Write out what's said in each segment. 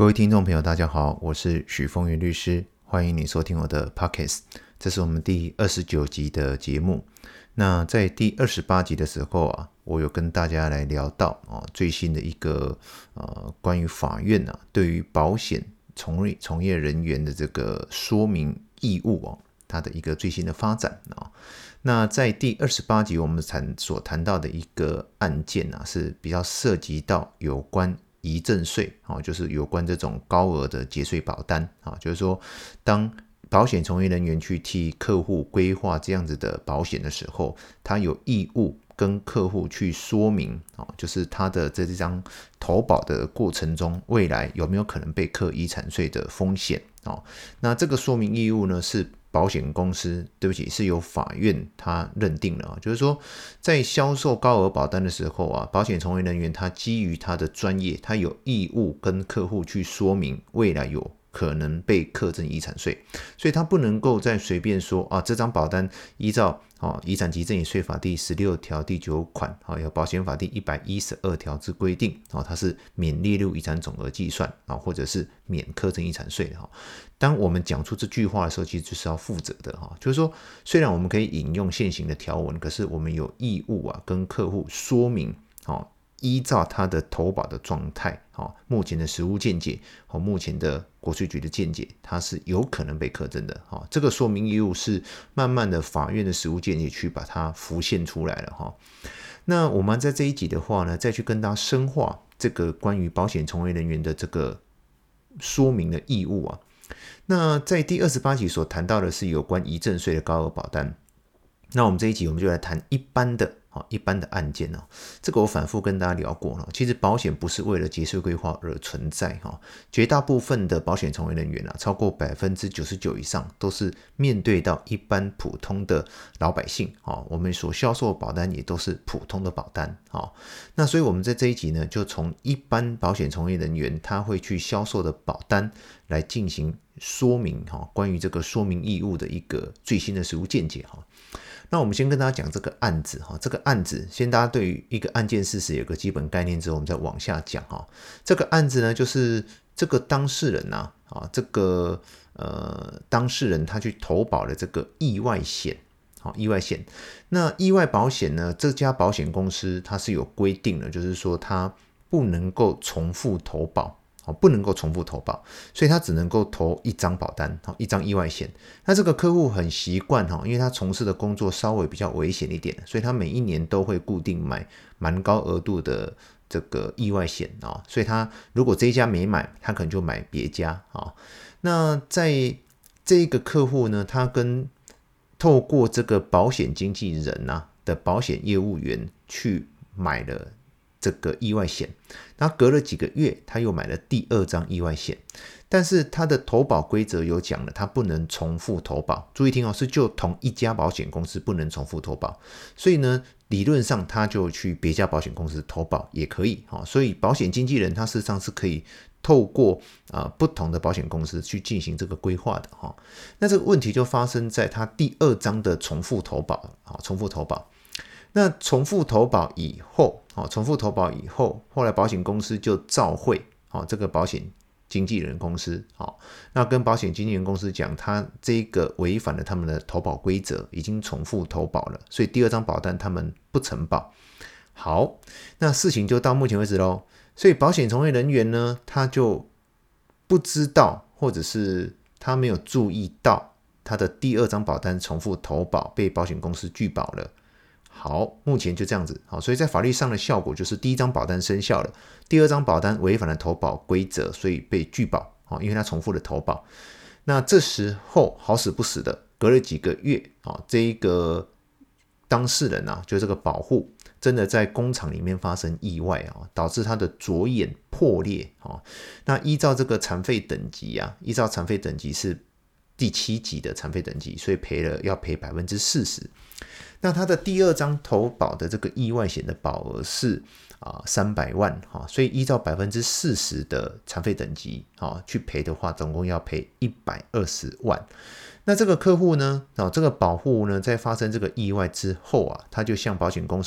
各位听众朋友大家好，我是许峰源律师，欢迎你收听我的 Podcast， 这是我们第29集的节目。那在第28集的时候啊，我有跟大家来聊到最新的一个关于法院对于保险从业人员的这个说明义务它的一个最新的发展那在第28集我们所谈到的一个案件是比较涉及到有关遗赠税就是有关这种高额的节税保单就是说当保险从业人员去替客户规划这样子的保险的时候，他有义务跟客户去说明就是他的这张投保的过程中未来有没有可能被课遗产税的风险那这个说明义务呢是保险公司是由法院他认定了就是说在销售高额保单的时候保险从业人员他基于他的专业，他有义务跟客户去说明未来有可能被课征遗产税，所以他不能够再随便说这张保单依照遗产及赠与税法第16条第9款有保险法第112条之规定它是免列入遗产总额计算或者是免课征遗产税的当我们讲出这句话的时候，其实就是要负责的就是说虽然我们可以引用现行的条文，可是我们有义务跟客户说明依照他的投保的状态目前的实务见解目前的国税局的见解，它是有可能被课征的这个说明义务是慢慢的法院的实务见解去把它浮现出来了那我们在这一集的话呢，再去跟大家深化这个关于保险从业人员的这个说明的义务那在第28集所谈到的是有关遗赠税的高额保单，那我们这一集我们就来谈一般的案件这个我反复跟大家聊过其实保险不是为了节税规划而存在绝大部分的保险从业人员超过 99% 以上都是面对到一般普通的老百姓我们所销售的保单也都是普通的保单那所以我们在这一集呢，就从一般保险从业人员他会去销售的保单来进行说明关于这个说明义务的一个最新的实务见解那我们先跟大家讲这个案子这个案子先大家对于一个案件事实有个基本概念之后，我们再往下讲这个案子呢，就是这个当事人这个当事人他去投保了这个意外险意外险。那意外保险呢，这家保险公司它是有规定的，就是说它不能够重复投保所以他只能够投一张保单一张意外险。那这个客户很习惯因为他从事的工作稍微比较危险一点，所以他每一年都会固定买蛮高额度的这个意外险所以他如果这一家没买，他可能就买别家那在这个客户呢，他透过这个保险经纪人的保险业务员去买了这个意外险，然后隔了几个月他又买了第二张意外险，但是他的投保规则有讲了，他不能重复投保，注意听是就同一家保险公司不能重复投保，所以呢理论上他就去别家保险公司投保也可以所以保险经纪人他事实上是可以透过不同的保险公司去进行这个规划的那这个问题就发生在他第二张的重复投保那重复投保以后，后来保险公司就召会这个保险经纪人公司那跟保险经纪人公司讲，他这个违反了他们的投保规则，已经重复投保了，所以第二张保单他们不承保。好，那事情就到目前为止咯。所以保险从业人员呢，他就不知道，或者是他没有注意到他的第二张保单重复投保被保险公司拒保了。好，目前就这样子所以在法律上的效果就是第一张保单生效了，第二张保单违反了投保规则，所以被拒保因为他重复了投保。那这时候好死不死的隔了几个月这一个当事人就这个保护真的在工厂里面发生意外导致他的左眼破裂那依照这个残废等级依照残废等级是第7级的残废等级，所以要赔 40%。那他的第二张投保的这个意外险的保额是300万所以依照 40% 的残废等级去赔的话，总共要赔120万。那这个客户呢这个保护呢在发生这个意外之后他就向保险公司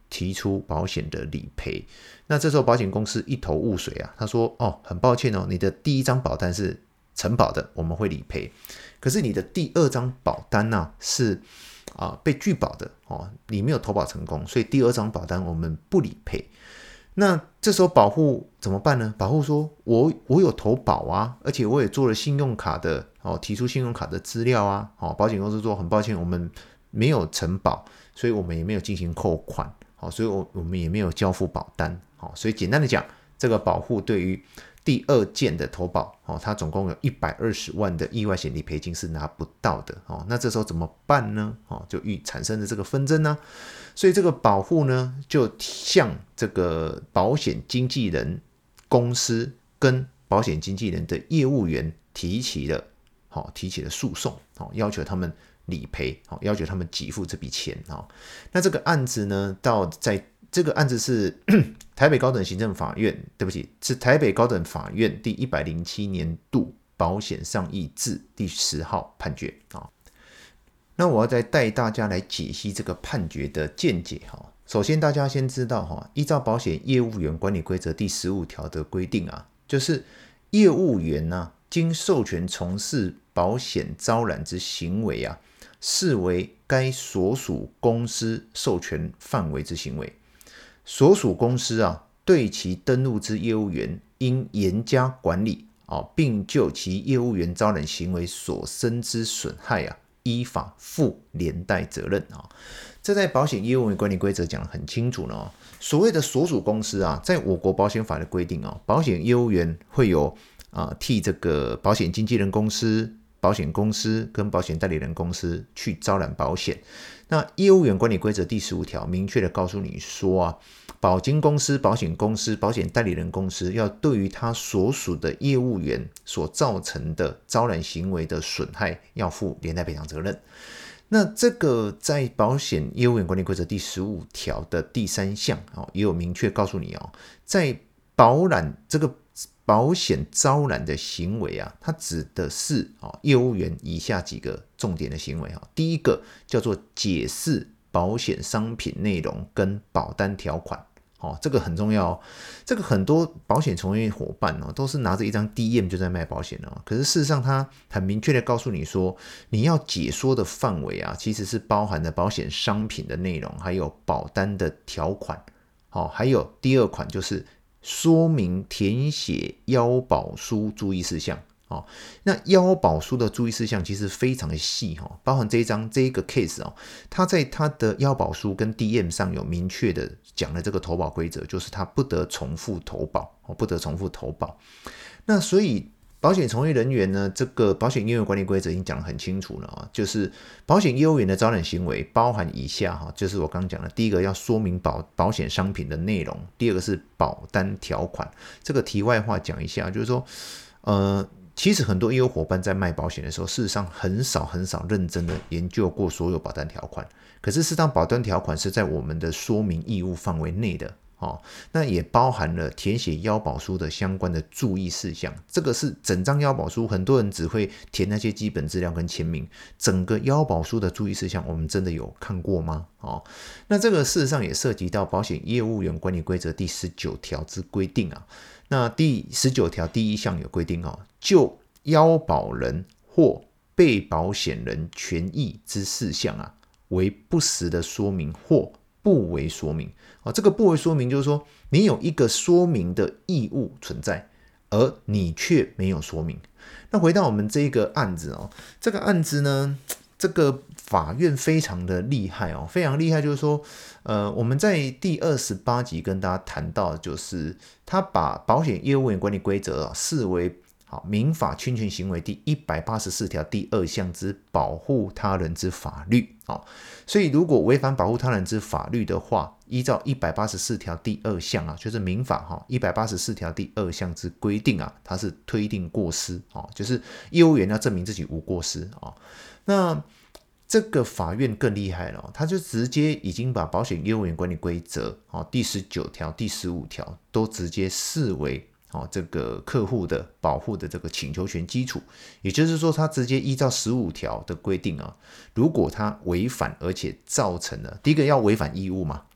提出保险的理赔。那这时候保险公司一头雾水啊，他说很抱歉你的第一张保单是承保的，我们会理赔，可是你的第二张保单是被拒保的你没有投保成功，所以第二张保单我们不理赔。那这时候保户怎么办呢？保户说我有投保啊，而且我也做了信用卡的提出信用卡的资料啊保险公司说很抱歉我们没有承保，所以我们也没有进行扣款所以我们也没有交付保单所以简单的讲，这个保户对于第二件的投保它总共有120万的意外险理赔金是拿不到的那这时候怎么办呢就产生了这个纷争呢所以这个保户呢就向这个保险经纪人公司跟保险经纪人的业务员提起了诉讼要求他们理赔要求他们给付这笔钱那这个案子呢这个案子是台北高等行政法院，对不起，是台北高等法院第107年度保险上议字第10号判决那我要再带大家来解析这个判决的见解首先大家先知道依照保险业务员管理规则第15条的规定就是业务员经授权从事保险招揽之行为视为该所属公司授权范围之行为，所属公司对其登录之业务员应严加管理并就其业务员招揽行为所生之损害依法负连带责任这在保险业务员管理规则讲得很清楚了所谓的所属公司在我国保险法的规定保险业务员会有替这个保险经纪人公司、保险公司跟保险代理人公司去招揽保险。那业务员管理规则第15条明确的告诉你说保金公司、保险公司、保险代理人公司要对于他所属的业务员所造成的招揽行为的损害要负连带赔偿责任。那这个在保险业务员管理规则第15条的第3项也有明确告诉你在这个保险招揽的行为它指的是业务员以下几个重点的行为第一个叫做解释保险商品内容跟保单条款这个很重要这个很多保险从业伙伴都是拿着一张 DM 就在卖保险可是事实上他很明确的告诉你说你要解说的范围其实是包含了保险商品的内容还有保单的条款还有第二款就是说明填写要保书注意事项那要保书的注意事项其实非常的细包含这一个 case 它在它的要保书跟 DM 上有明确的讲了这个投保规则，就是它不得重复投保那所以保险从业人员呢，这个保险业务管理规则已经讲得很清楚了就是保险业务员的招揽行为包含以下就是我刚讲的第一个要说明保险商品的内容，第二个是保单条款。这个题外话讲一下，就是说其实很多业务伙伴在卖保险的时候，事实上很少认真的研究过所有保单条款，可是适当保单条款是在我们的说明义务范围内的那也包含了填写要保书的相关的注意事项。这个是整张要保书，很多人只会填那些基本资料跟签名，整个要保书的注意事项我们真的有看过吗那这个事实上也涉及到保险业务员管理规则第19条之规定那第19条第1项有规定就要保人或被保险人权益之事项为不实的说明或不为说明这个不为说明就是说你有一个说明的义务存在，而你却没有说明。那回到我们这个案子这个案子呢，这个法院非常的厉害非常厉害，就是说我们在第28集跟大家谈到，就是他把保险业务员管理规则视为民法侵权行为第184条第2项之保护他人之法律所以如果违反保护他人之法律的话，依照184条第2项就是民法184条第2项之规定它是推定过失就是业务员要证明自己无过失那这个法院更厉害了他就直接已经把保险业务员管理规则第19条第15条都直接视为这个客户的保护的这个请求权基础，也就是说他直接依照15条的规定如果他违反而且造成了第一个要违反义务嘛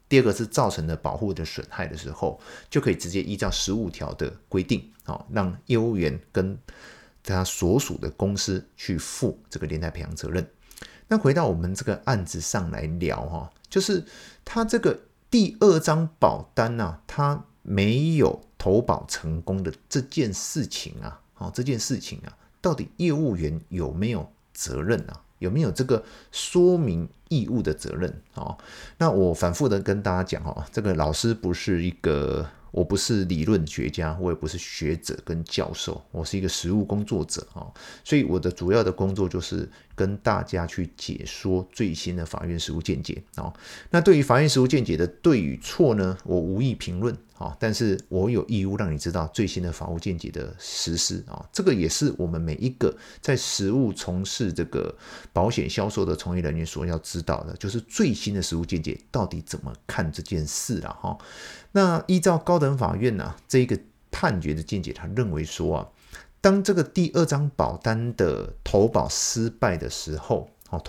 第二个是造成了保护的损害的时候，就可以直接依照15条的规定，让业务员跟他所属的公司去负这个连带赔偿责任。那回到我们这个案子上来聊，就是他这个第2张保单啊，他没有投保成功的这件事情啊，到底业务员有没有责任啊？有没有这个说明义务的责任？那我反复的跟大家讲，这个老师我不是理论学家，我也不是学者跟教授，我是一个实务工作者，所以我的主要的工作就是跟大家去解说最新的法院实务见解。那对于法院实务见解的对与错呢，我无意评论，但是我有义务让你知道最新的法务见解的实施，这个也是我们每一个在实务从事这个保险销售的从业人员所要知道的，就是最新的实务见解到底怎么看这件事啦。那依照高等法院这个判决的见解，他认为说当这个第2张保单的投保失败的时候，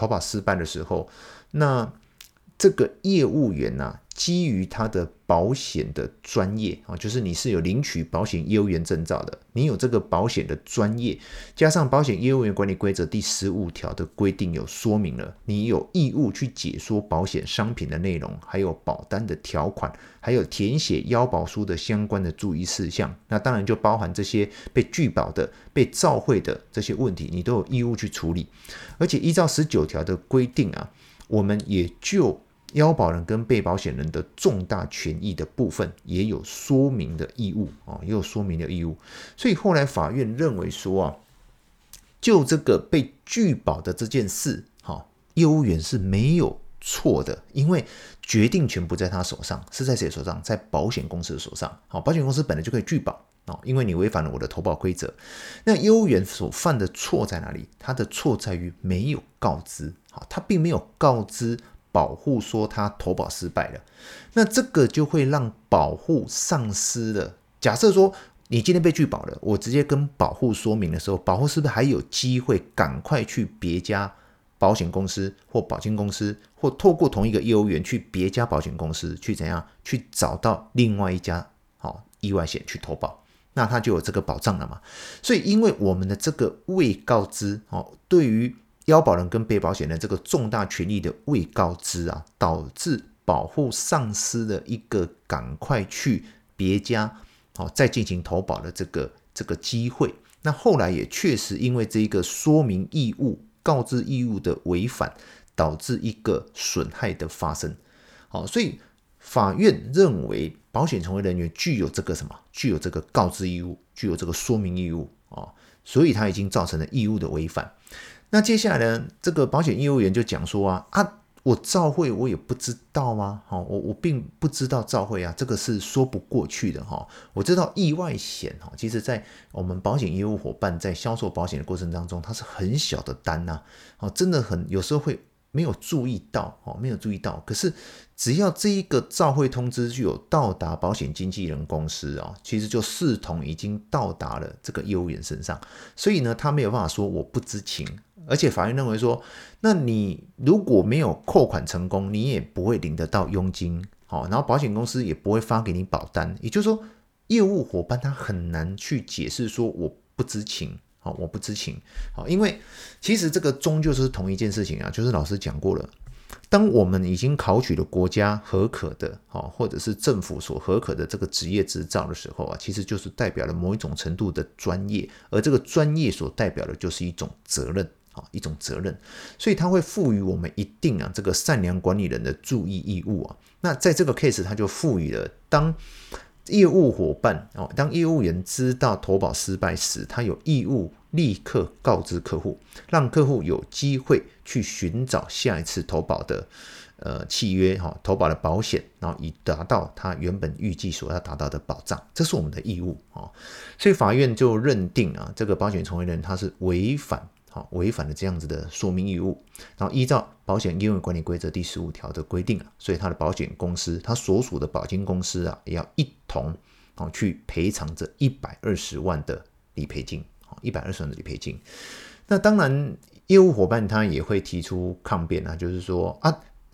那这个业务员基于他的保险的专业，就是你是有领取保险业务员证照的，你有这个保险的专业，加上保险业务员管理规则第15条的规定有说明了，你有义务去解说保险商品的内容，还有保单的条款，还有填写要保书的相关的注意事项，那当然就包含这些被拒保的、被召回的这些问题，你都有义务去处理。而且依照19条的规定我们也就要保人跟被保险人的重大权益的部分也有说明的义务，所以后来法院认为说就这个被拒保的这件事，业务员是没有错的，因为决定权不在他手上，是在谁手上？在保险公司的手上。保险公司本来就可以拒保，因为你违反了我的投保规则。那业务员所犯的错在哪里？他的错在于没有告知，他并没有告知保护说他投保失败了，那这个就会让保护丧失了。假设说你今天被拒保了，我直接跟保护说明的时候，保护是不是还有机会赶快去别家保险公司或保金公司，或透过同一个业务员去别家保险公司去怎样去找到另外一家意外险去投保，那他就有这个保障了嘛。所以因为我们的这个未告知，对于要保人跟被保险人这个重大权益的未告知导致保护丧失了一个赶快去别家再进行投保的这个机会。那后来也确实因为这个说明义务、告知义务的违反，导致一个损害的发生。所以法院认为保险从业人员具有这个告知义务，具有这个说明义务，所以他已经造成了义务的违反。那接下来呢，这个保险业务员就讲说我照会我也不知道啊，我并不知道照会这个是说不过去的。我知道意外险其实在我们保险业务伙伴在销售保险的过程当中，它是很小的单真的有时候会没有注意到，可是只要这一个照会通知具有到达保险经纪人公司其实就视同已经到达了这个业务员身上，所以呢他没有办法说我不知情。而且法院认为说，那你如果没有扣款成功，你也不会领得到佣金，然后保险公司也不会发给你保单，也就是说业务伙伴他很难去解释说我不知情，因为其实这个终究是同一件事情就是老师讲过了，当我们已经考取了国家核可的或者是政府所核可的这个职业执照的时候其实就是代表了某一种程度的专业，而这个专业所代表的就是一种责任，所以它会赋予我们一定这个善良管理人的注意义务那在这个 case 它就赋予了当业务伙伴当业务员知道投保失败时，他有义务立刻告知客户，让客户有机会去寻找下一次投保的契约投保的保险，然后以达到他原本预计所要达到的保障，这是我们的义务所以法院就认定这个保险从业人他是违反了这样子的说明义务，然后依照保险业务管理规则第15条的规定所以他的保险公司，他所属的保金公司也要一同去赔偿这120万的理赔金，120万的理赔金。那当然业务伙伴他也会提出抗辩就是说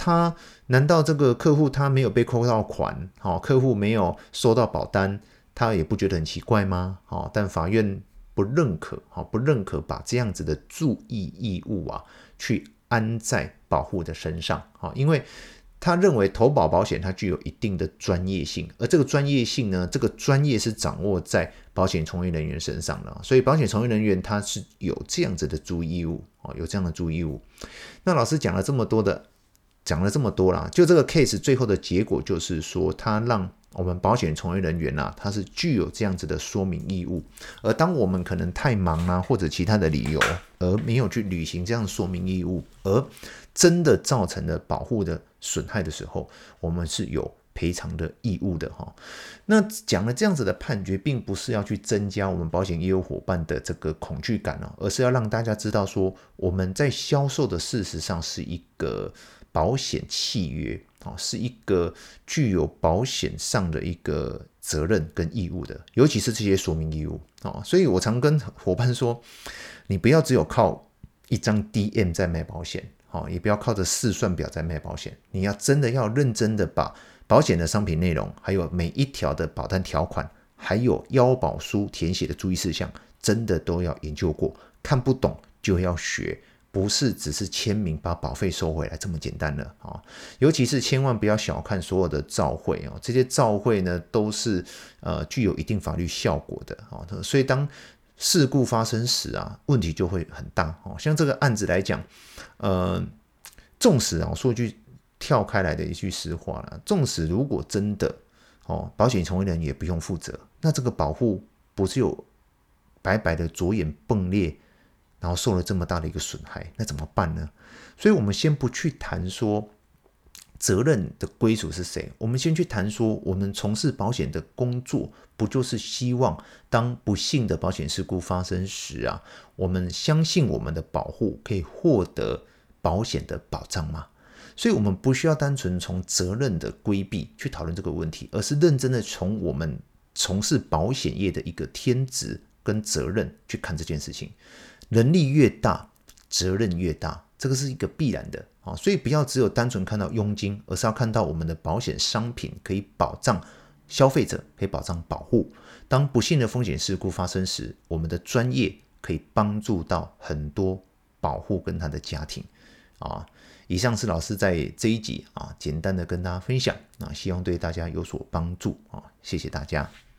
他难道这个客户他没有被扣到款，客户没有收到保单，他也不觉得很奇怪吗？但法院不认可把这样子的注意义务啊去安在保护的身上，因为他认为投保保险它具有一定的专业性，而这个专业性呢，这个专业是掌握在保险从业人员身上的，所以保险从业人员他是有这样子的注意义务，有这样的注意义务。那老师讲了这么多啦，就这个 case 最后的结果就是说，他让我们保险从业人员啊，他是具有这样子的说明义务，而当我们可能太忙啊，或者其他的理由，而没有去履行这样的说明义务，而真的造成了保护的损害的时候，我们是有赔偿的义务的。那讲了这样子的判决，并不是要去增加我们保险业务伙伴的这个恐惧感，而是要让大家知道说，我们在销售的事实上是一个保险契约，是一个具有保险上的一个责任跟义务的，尤其是这些说明义务。所以我常跟伙伴说，你不要只有靠一张 DM 在卖保险，也不要靠着试算表在卖保险，你要真的要认真的把保险的商品内容，还有每一条的保单条款，还有要保书填写的注意事项，真的都要研究过，看不懂就要学，不是只是签名把保费收回来这么简单了。尤其是千万不要小看所有的照会，这些照会呢都是具有一定法律效果的，所以当事故发生时啊，问题就会很大。像这个案子来讲，纵使说一句跳开来的一句实话啦，纵使如果真的保险从业人也不用负责，那这个保护不是有白白的左眼迸裂，然后受了这么大的一个损害，那怎么办呢？所以我们先不去谈说责任的归属是谁，我们先去谈说，我们从事保险的工作，不就是希望当不幸的保险事故发生时啊，我们相信我们的保护可以获得保险的保障吗？所以我们不需要单纯从责任的规避去讨论这个问题，而是认真的从我们从事保险业的一个天职跟责任去看这件事情。能力越大，责任越大，这个是一个必然的。所以不要只有单纯看到佣金，而是要看到我们的保险商品可以保障消费者，可以保障保护。当不幸的风险事故发生时，我们的专业可以帮助到很多保护跟他的家庭。以上是老师在这一集简单的跟大家分享，希望对大家有所帮助。谢谢大家。